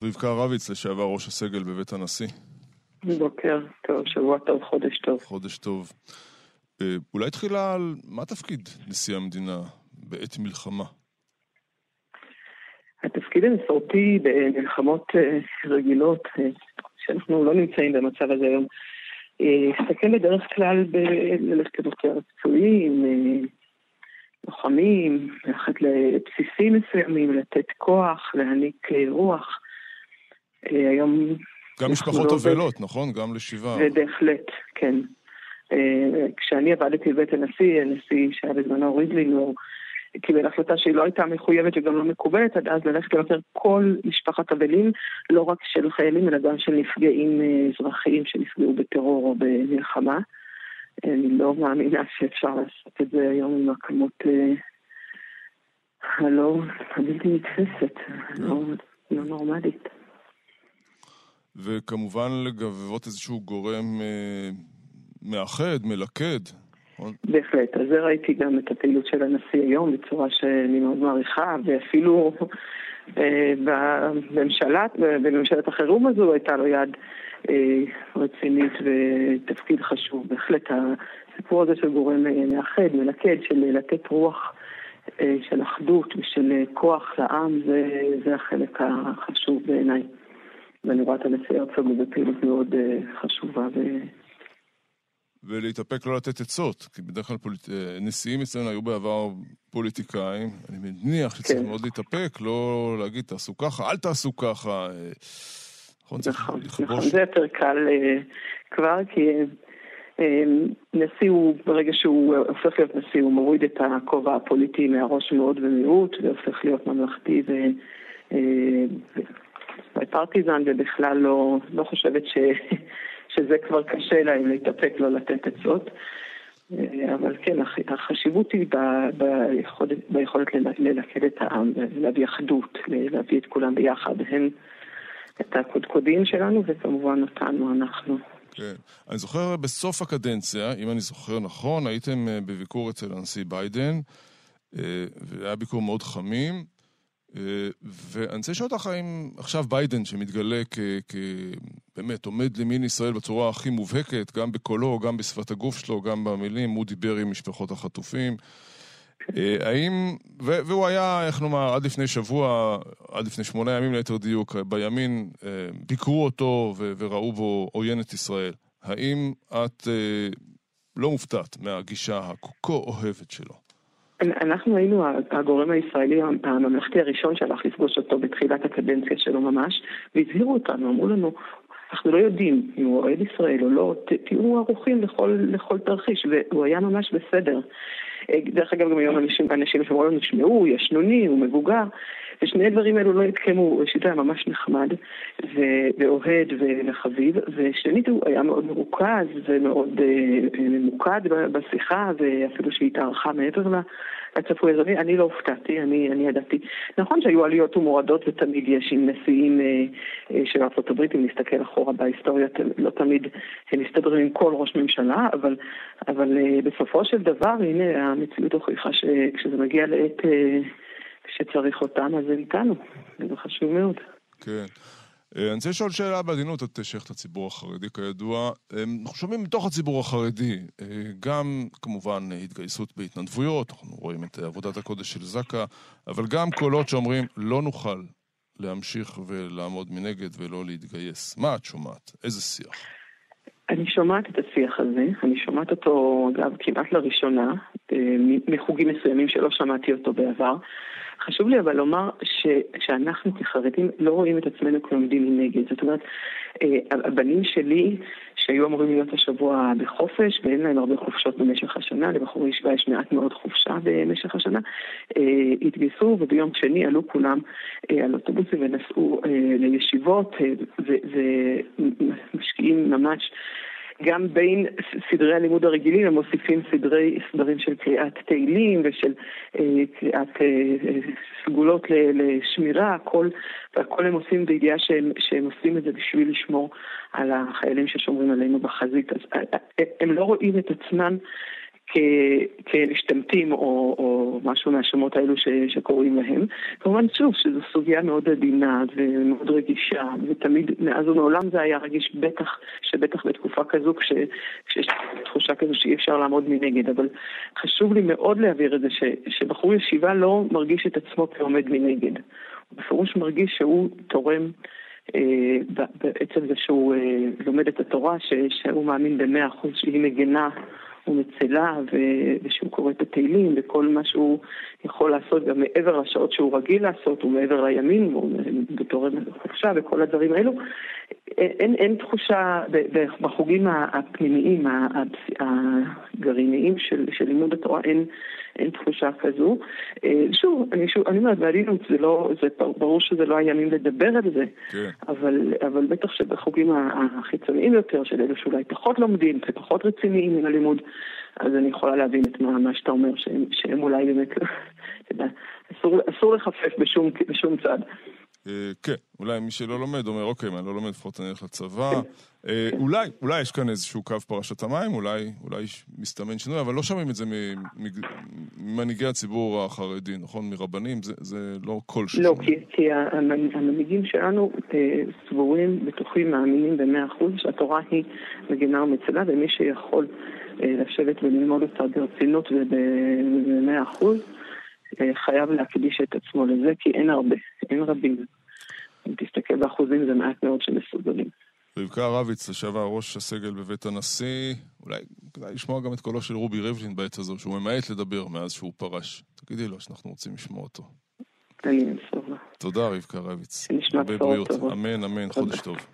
רבקה רביץ, לשעבר ראש הסגל בבית הנשיא. בוקר טוב, שבוע טוב, חודש טוב. חודש טוב. אולי תחילה על מה תפקיד נשיא המדינה בעת מלחמה? התפקיד המסורתי במלחמות רגילות, שאנחנו לא נמצאים במצב הזה היום, הסתכל בדרך כלל ללכת יותר פצועים, לוחמים, ללכת לבסיסים מסוימים, לתת כוח, להעניק רוח. היום גם משפחות אבלות, נכון? גם לשבעה. ובהחלט, כן. כשאני עבדתי בבית הנשיא שהיה בזמנו ריבלין, הוא קיבל החלטה שהיא לא הייתה מחויבת וגם לא מקובלת, עד אז ללכת יותר כל משפחת אבלים, לא רק של חיילים, אלא גם של נפגעים אזרחיים שנפגעו בטרור או במלחמה. אני לא מאמינה שאפשר לעשות את זה היום עם הכמות הבלתי נתפסת, לא נורמלית. וכמובן לגבות איזשהו גורם מאחד, מלכד. בהחלט, אז ראיתי גם את הפעילות של הנשיא היום בצורה שאני מאוד מעריכה, ואפילו בממשלת החירום הזו הייתה לו יד רצינית ותפקיד חשוב. בהחלט הסיפור הזה של גורם מאחד, מלכד, של לתת רוח של אחדות ושל כוח לעם, זה החלק החשוב בעיניי. ואני רואה את הנשיא הרצוג בפעילות מאוד חשובה ולהתאפק לא לתת עצות, כי בדרך כלל נשיאים אצלנו היו בעבר פוליטיקאים, אני מניח שצריך מאוד להתאפק, לא להגיד תעשו ככה, אל תעשו ככה. נכון, זה יותר קל כבר, כי נשיא הוא, ברגע שהוא הופך להיות נשיא, הוא מוריד את הכובע הפוליטי מהראש מאוד ומיעוט, והופך להיות ממלכתי ופרטיזן, ובכלל לא חושבת שזה כבר קשה להם להתאפק לא לתת עצות. אבל כן, החשיבות היא ביכולת ללכד את העם, להביא אחדות, להביא את כולם ביחד, הן את הקודקודים שלנו וכמובן אותנו, אנחנו. כן. אני זוכר בסוף הקדנציה, אם אני זוכר נכון, הייתם בביקור אצל הנשיא ביידן, והיה ביקור מאוד חמים, ואני רוצה לשאול אותך האם עכשיו ביידן שמתגלה באמת עומד למין ישראל בצורה הכי מובהקת, גם בקולו, גם בשפת הגוף שלו, גם במילים, הוא דיבר עם משפחות החטופים, האם, והוא היה, איך נאמר, עד לפני שבוע, עד לפני 8 ימים ליתר דיוק, בימין ביקרו אותו וראו בו עוין את ישראל. האם את לא מופתעת מהגישה הכה אוהבת שלו? אנחנו היינו הגורם הישראלי הממלכתי הראשון שהלך לפגוש אותו בתחילת הקדנציה שלו ממש, והזהירו אותנו, אמרו לנו, אנחנו לא יודעים אם הוא אוהד ישראל או לא, תהיו ערוכים לכל תרחיש, והוא היה ממש בסדר. דרך אגב, גם היום אנשים שאומרו לנו, שמעו, ישנוני, הוא מבוגר, ושני הדברים האלו לא התקיימו. ראשית היה ממש נחמד ואוהד וחביב, ושנית הוא היה מאוד מרוכז ומאוד ממוקד בשיחה, ואפילו שהתארכה מעבר לצפוי הזוני. אני לא הופתעתי, אני ידעתי. נכון שהיו עליות ומורדות, ותמיד יש עם נשיאים של ארצות הברית, אם נסתכל אחורה בהיסטוריה, לא תמיד הם מסתדרים עם כל ראש ממשלה, אבל בסופו של דבר, הנה, המציאות הוכיחה שכשזה מגיע לעת שצריך אותם, אז זה איתנו. זה חשוב מאוד. כן. אני רוצה לשאול שאלה בעדינות, את שייכת לציבור החרדי כידוע. אנחנו שומעים מתוך הציבור החרדי, גם כמובן התגייסות בהתנדבויות, אנחנו רואים את עבודת הקודש של זקה, אבל גם קולות שאומרים לא נוכל להמשיך ולעמוד מנגד ולא להתגייס. מה את שומעת? איזה שיח? אני שומעת את השיח הזה, אני שומעת אותו אגב כמעט לראשונה, מחוגים מסוימים שלא שמעתי אותו בעבר. חשוב לי אבל לומר שאנחנו כחרדים לא רואים את עצמנו כעומדים מנגד. זאת אומרת, הבנים שלי שהיו אמורים להיות השבוע בחופש, ואין להם הרבה חופשות במשך השנה, לבחורי ישיבה יש מעט מאוד חופשה במשך השנה, התגייסו וביום שני עלו כולם על אוטובוסים ונסעו לישיבות, ומשקיעים ממש גם בין סדרי הלימוד הרגילים, הם מוסיפים סדרים של קריאת תהילים ושל קריאת סגולות לשמירה, והכל הם עושים בידיעה שהם עושים את זה בשביל לשמור על החיילים ששומרים עלינו בחזית. אז הם לא רואים את עצמם כמשתמטים או משהו מהשמות האלו שקוראים להם. כמובן שוב שזו סוגיה מאוד עדינה ומאוד רגישה, ותמיד מאז ומעולם זה היה רגיש, שבטח בתקופה כזו כשיש תחושה כזו שאי אפשר לעמוד מנגד, אבל חשוב לי מאוד להעביר את זה שבחור ישיבה לא מרגיש את עצמו כעומד מנגד. הוא בפירוש מרגיש שהוא תורם בעצם זה שהוא לומד את התורה, שהוא מאמין ב100% שהיא מגנה ומצלה, ושהוא קורא את התהילים וכל מה שהוא יכול לעשות גם מעבר לשעות שהוא רגיל לעשות ומעבר לימים בתור חופשה וכל הדברים האלו. אין תחושה בחוגים הפנימיים הגרעיניים של לימוד התורה, אין תחושה כזו. שוב, אני אומרת, בעדינות, זה ברור שזה לא הימים לדבר על זה, אבל בטח שבחוגים החיצוניים יותר, של אלו שאולי פחות לומדים, פחות רציניים מן הלימוד, אז אני יכולה להבין את מה שאתה אומר, שהם אולי באמת, אסור לחפף בשום צד. כן, אולי מי שלא לומד אומר, אוקיי, מה לא לומד, לפחות אני הולך לצבא. אולי יש כאן איזשהו קו פרשת המים, אולי מסתמן שינוי, אבל לא שומעים את זה ממנהיגי הציבור החרדי, נכון? מרבנים, זה לא כל שום. לא, כי המנהיגים שלנו סבורים, בטוחים, מאמינים ב100% שהתורה היא מגינה ומצלה, ומי שיכול לשבת וללמוד אותה ברצינות וב100%, חייב להקדיש את עצמו לזה, כי אין רבים. אם תסתכל באחוזים, זה מעט מאוד שמסוגלים. רבקה רביץ, לשעבר ראש הסגל בבית הנשיא, אולי כדאי לשמוע גם את קולו של רובי ריבלין בעת הזו, שהוא ממעט לדבר מאז שהוא פרש. תגידי לו שאנחנו רוצים לשמוע אותו. אני אנסור לה. תודה רבקה רביץ. שנשמע בשורות טובות. אמן, אמן, חודש טוב.